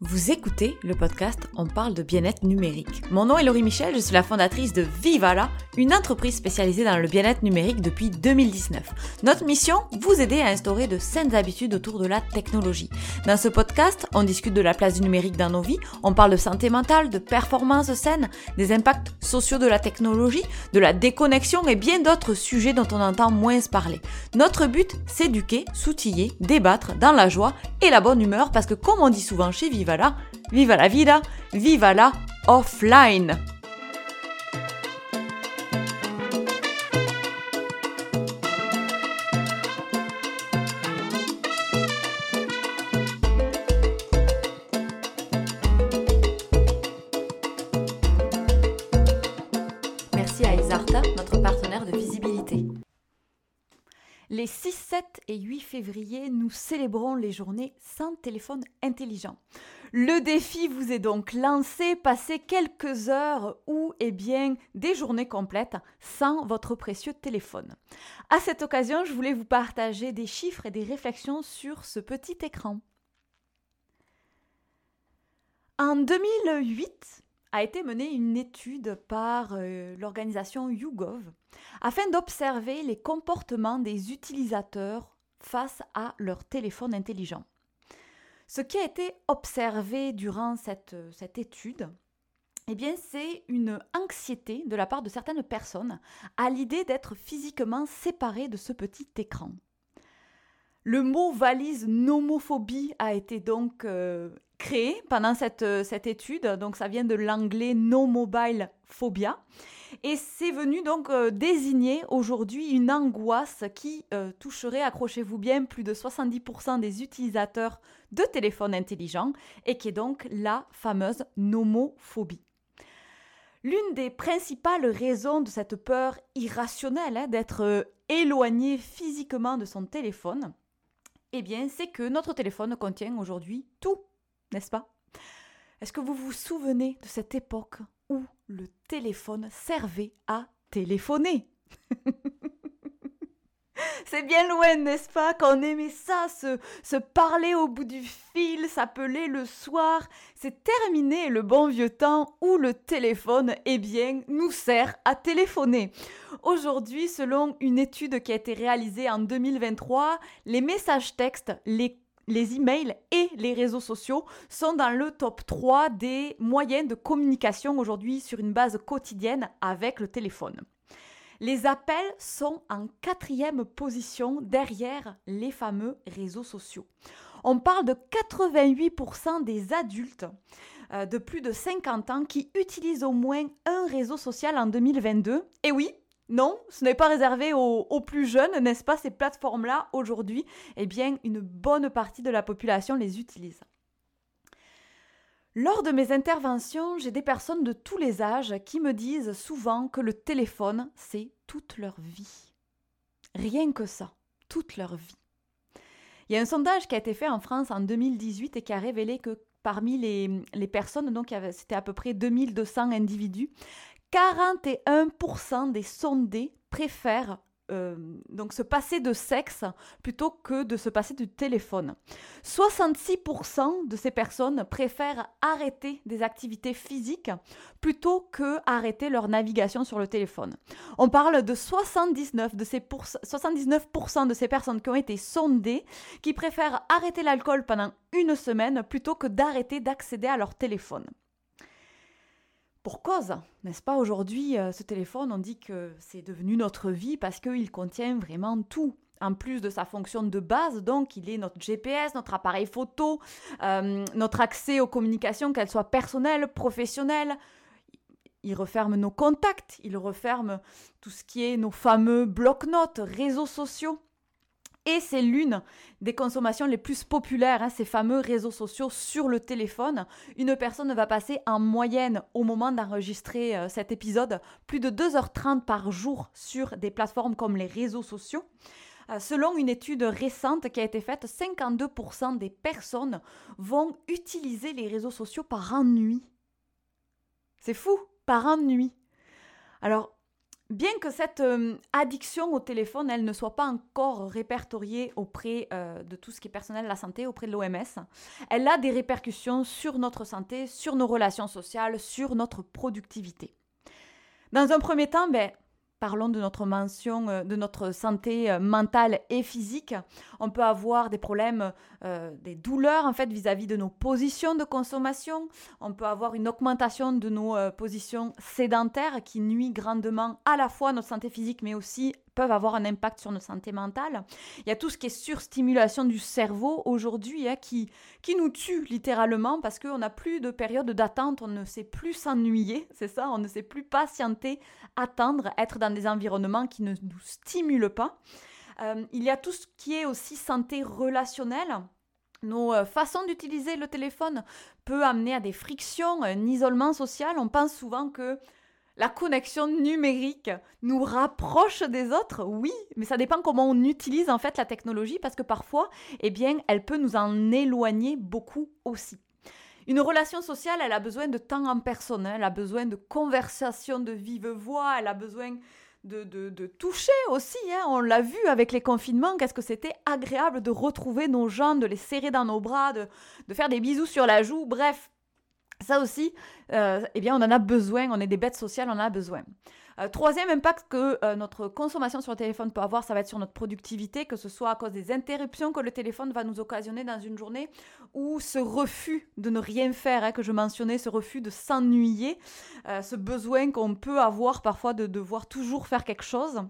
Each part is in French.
Vous écoutez le podcast On parle de bien-être numérique. Mon nom est Laurie Michel, je suis la fondatrice de Vivala, une entreprise spécialisée dans le bien-être numérique depuis 2019. Notre mission, vous aider à instaurer de saines habitudes autour de la technologie. Dans ce podcast, on discute de la place du numérique dans nos vies, on parle de santé mentale, de performance saine, des impacts sociaux de la technologie, de la déconnexion et bien d'autres sujets dont on entend moins se parler. Notre but, s'éduquer, s'outiller, débattre dans la joie et la bonne humeur parce que comme on dit souvent chez Vivala, viva la vida, viva la offline. Merci à Isarta, notre partenaire de visibilité. Les 6, 7 et 8 février, nous célébrons les journées sans téléphone intelligent. Le défi vous est donc lancé, passez quelques heures ou des journées complètes sans votre précieux téléphone. À cette occasion, je voulais vous partager des chiffres et des réflexions sur ce petit écran. En 2008, a été menée une étude par l'organisation YouGov afin d'observer les comportements des utilisateurs face à leur téléphone intelligent. Ce qui a été observé durant cette étude, c'est une anxiété de la part de certaines personnes à l'idée d'être physiquement séparées de ce petit écran. Le mot valise nomophobie a été donc créé pendant cette étude, donc ça vient de l'anglais no mobile phobia, et c'est venu donc désigner aujourd'hui une angoisse qui toucherait, accrochez-vous bien, plus de 70% des utilisateurs de téléphones intelligents et qui est donc la fameuse nomophobie. L'une des principales raisons de cette peur irrationnelle d'être éloigné physiquement de son téléphone, c'est que notre téléphone contient aujourd'hui tout, n'est-ce pas ? Est-ce que vous vous souvenez de cette époque où le téléphone servait à téléphoner ? C'est bien loin, n'est-ce pas ? Qu'on aimait ça, se parler au bout du fil, s'appeler le soir. C'est terminé le bon vieux temps où le téléphone, nous sert à téléphoner. Aujourd'hui, selon une étude qui a été réalisée en 2023, les messages textes, les emails et les réseaux sociaux sont dans le top 3 des moyens de communication aujourd'hui sur une base quotidienne avec le téléphone. Les appels sont en 4e position derrière les fameux réseaux sociaux. On parle de 88% des adultes de plus de 50 ans qui utilisent au moins un réseau social en 2022. Et oui, non, ce n'est pas réservé aux plus jeunes, n'est-ce pas ? Ces plateformes-là, aujourd'hui, une bonne partie de la population les utilise. Lors de mes interventions, j'ai des personnes de tous les âges qui me disent souvent que le téléphone, c'est toute leur vie. Rien que ça, toute leur vie. Il y a un sondage qui a été fait en France en 2018 et qui a révélé que parmi les personnes, donc c'était à peu près 2200 individus, 41% des sondés préfèrent donc se passer de sexe plutôt que de se passer du téléphone. 66% de ces personnes préfèrent arrêter des activités physiques plutôt que arrêter leur navigation sur le téléphone. On parle de 79% de ces personnes qui ont été sondées qui préfèrent arrêter l'alcool pendant une semaine plutôt que d'arrêter d'accéder à leur téléphone. Pour cause, n'est-ce pas ? Aujourd'hui, ce téléphone, on dit que c'est devenu notre vie parce qu'il contient vraiment tout. En plus de sa fonction de base, donc, il est notre GPS, notre appareil photo, notre accès aux communications, qu'elles soient personnelles, professionnelles. Il referme nos contacts, il referme tout ce qui est nos fameux bloc-notes, réseaux sociaux. Et c'est l'une des consommations les plus populaires, ces fameux réseaux sociaux sur le téléphone. Une personne va passer en moyenne, au moment d'enregistrer cet épisode, plus de 2h30 par jour sur des plateformes comme les réseaux sociaux. Selon une étude récente qui a été faite, 52% des personnes vont utiliser les réseaux sociaux par ennui. C'est fou, par ennui. Alors, Bien que cette addiction au téléphone, elle ne soit pas encore répertoriée auprès de tout ce qui est personnel de la santé, auprès de l'OMS, elle a des répercussions sur notre santé, sur nos relations sociales, sur notre productivité. Dans un premier temps, parlons de notre de notre santé mentale et physique. On peut avoir des problèmes, des douleurs en fait vis-à-vis de nos positions de consommation. On peut avoir une augmentation de nos positions sédentaires qui nuit grandement à la fois à notre santé physique, mais aussi peuvent avoir un impact sur notre santé mentale. Il y a tout ce qui est surstimulation du cerveau aujourd'hui qui nous tue littéralement parce qu'on n'a plus de période d'attente, on ne sait plus s'ennuyer, c'est ça, on ne sait plus patienter, attendre, être dans des environnements qui ne nous stimulent pas. Il y a tout ce qui est aussi santé relationnelle. Nos façons d'utiliser le téléphone peut amener à des frictions, un isolement social. On pense souvent que la connexion numérique nous rapproche des autres, oui, mais ça dépend comment on utilise en fait la technologie parce que parfois, elle peut nous en éloigner beaucoup aussi. Une relation sociale, elle a besoin de temps en personne, elle a besoin de conversations de vive voix, elle a besoin de toucher aussi. On l'a vu avec les confinements, qu'est-ce que c'était agréable de retrouver nos gens, de les serrer dans nos bras, de faire des bisous sur la joue, bref. Ça aussi, on en a besoin, on est des bêtes sociales, on en a besoin. Troisième impact que notre consommation sur le téléphone peut avoir, ça va être sur notre productivité, que ce soit à cause des interruptions que le téléphone va nous occasionner dans une journée, ou ce refus de ne rien faire, que je mentionnais, ce refus de s'ennuyer, ce besoin qu'on peut avoir parfois de devoir toujours faire quelque chose.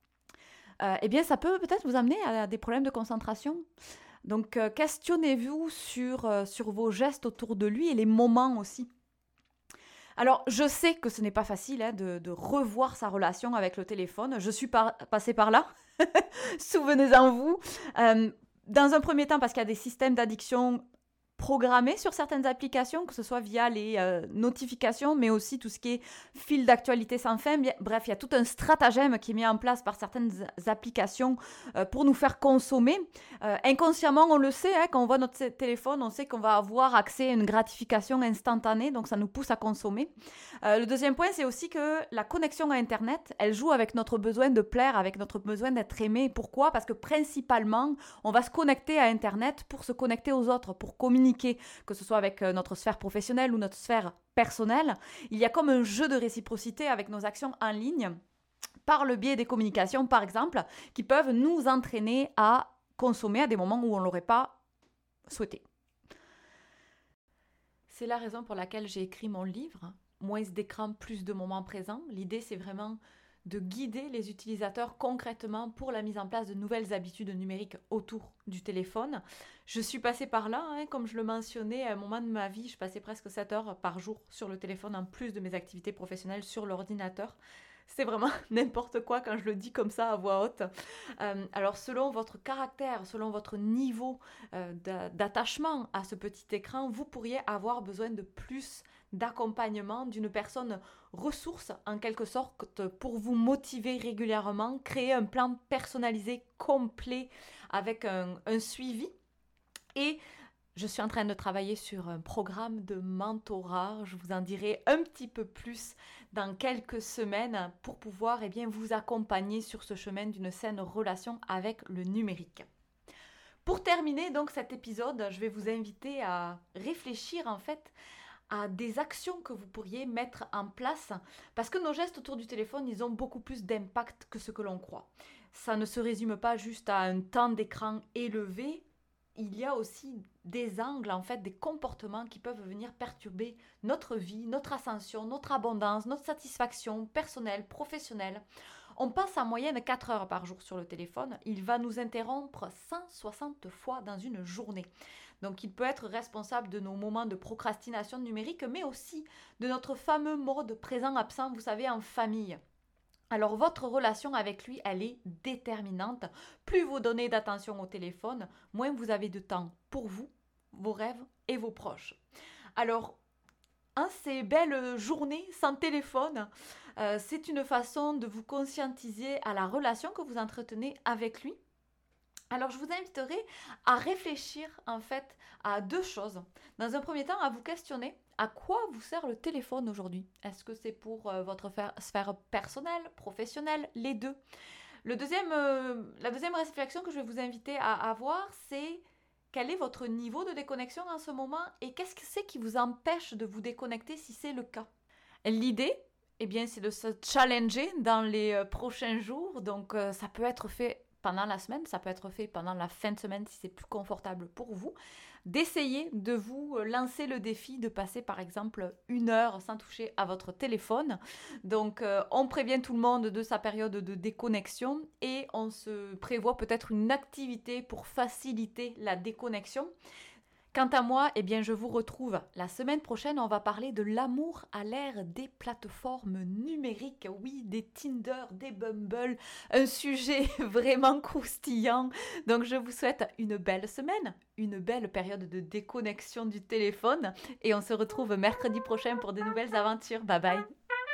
Ça peut peut-être vous amener à des problèmes de concentration. Donc, questionnez-vous sur vos gestes autour de lui et les moments aussi. Alors, je sais que ce n'est pas facile de revoir sa relation avec le téléphone. Je suis passée par là. Souvenez-en vous. Dans un premier temps, parce qu'il y a des systèmes d'addiction programmés sur certaines applications, que ce soit via les notifications, mais aussi tout ce qui est fil d'actualité sans fin. Bref, il y a tout un stratagème qui est mis en place par certaines applications pour nous faire consommer. Inconsciemment, on le sait, quand on voit notre téléphone, on sait qu'on va avoir accès à une gratification instantanée, donc ça nous pousse à consommer. Le deuxième point, c'est aussi que la connexion à Internet, elle joue avec notre besoin de plaire, avec notre besoin d'être aimé. Pourquoi ? Parce que principalement, on va se connecter à Internet pour se connecter aux autres, pour communiquer, que ce soit avec notre sphère professionnelle ou notre sphère personnelle. Il y a comme un jeu de réciprocité avec nos actions en ligne, par le biais des communications, par exemple, qui peuvent nous entraîner à consommer à des moments où on ne l'aurait pas souhaité. C'est la raison pour laquelle j'ai écrit mon livre, Moins d'écran, plus de moments présents. L'idée, c'est vraiment de guider les utilisateurs concrètement pour la mise en place de nouvelles habitudes numériques autour du téléphone. Je suis passée par là, comme je le mentionnais, à un moment de ma vie, je passais presque 7 heures par jour sur le téléphone en plus de mes activités professionnelles sur l'ordinateur. C'est vraiment n'importe quoi quand je le dis comme ça à voix haute. Alors selon votre caractère, selon votre niveau d'attachement à ce petit écran, vous pourriez avoir besoin de plus d'accompagnement d'une personne ressource en quelque sorte pour vous motiver régulièrement, créer un plan personnalisé complet avec un suivi. Et je suis en train de travailler sur un programme de mentorat. Je vous en dirai un petit peu plus dans quelques semaines pour pouvoir vous accompagner sur ce chemin d'une saine relation avec le numérique. Pour terminer donc cet épisode, je vais vous inviter à réfléchir en fait à des actions que vous pourriez mettre en place parce que nos gestes autour du téléphone, ils ont beaucoup plus d'impact que ce que l'on croit. Ça ne se résume pas juste à un temps d'écran élevé. Il y a aussi des angles, en fait, des comportements qui peuvent venir perturber notre vie, notre ascension, notre abondance, notre satisfaction personnelle, professionnelle. On passe en moyenne 4 heures par jour sur le téléphone. Il va nous interrompre 160 fois dans une journée. Donc, il peut être responsable de nos moments de procrastination numérique, mais aussi de notre fameux mode présent-absent, vous savez, en famille. Alors, votre relation avec lui, elle est déterminante. Plus vous donnez d'attention au téléphone, moins vous avez de temps pour vous, vos rêves et vos proches. Alors, ces belles journées sans téléphone, c'est une façon de vous conscientiser à la relation que vous entretenez avec lui. Alors, je vous inviterai à réfléchir en fait à 2 choses. Dans un premier temps, à vous questionner. à quoi vous sert le téléphone aujourd'hui? Est-ce que c'est pour votre sphère personnelle, professionnelle, les deux? La deuxième réflexion que je vais vous inviter à avoir, c'est quel est votre niveau de déconnexion en ce moment et qu'est-ce que c'est qui vous empêche de vous déconnecter si c'est le cas? L'idée, eh bien, c'est de se challenger dans les prochains jours. Donc, ça peut être fait pendant la semaine, ça peut être fait pendant la fin de semaine si c'est plus confortable pour vous. D'essayer de vous lancer le défi de passer par exemple 1 heure sans toucher à votre téléphone. Donc, on prévient tout le monde de sa période de déconnexion et on se prévoit peut-être une activité pour faciliter la déconnexion. Quant à moi, eh bien, je vous retrouve la semaine prochaine. On va parler de l'amour à l'ère des plateformes numériques. Oui, des Tinder, des Bumble. Un sujet vraiment croustillant. Donc, je vous souhaite une belle semaine, une belle période de déconnexion du téléphone. Et on se retrouve mercredi prochain pour de nouvelles aventures. Bye bye.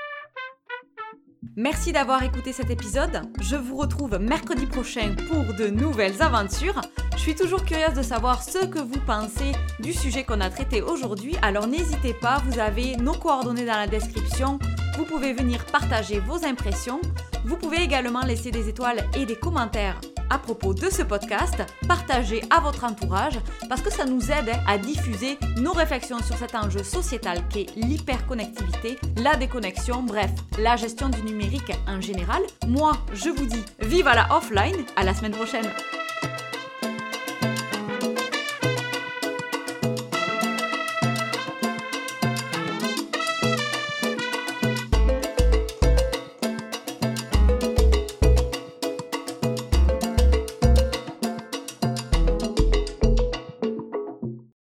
Merci d'avoir écouté cet épisode. Je vous retrouve mercredi prochain pour de nouvelles aventures. Je suis toujours curieuse de savoir ce que vous pensez du sujet qu'on a traité aujourd'hui. Alors n'hésitez pas, vous avez nos coordonnées dans la description. Vous pouvez venir partager vos impressions. Vous pouvez également laisser des étoiles et des commentaires à propos de ce podcast. Partagez à votre entourage parce que ça nous aide à diffuser nos réflexions sur cet enjeu sociétal qu'est l'hyperconnectivité, la déconnexion, bref, la gestion du numérique en général. Moi, je vous dis vive à la offline, à la semaine prochaine.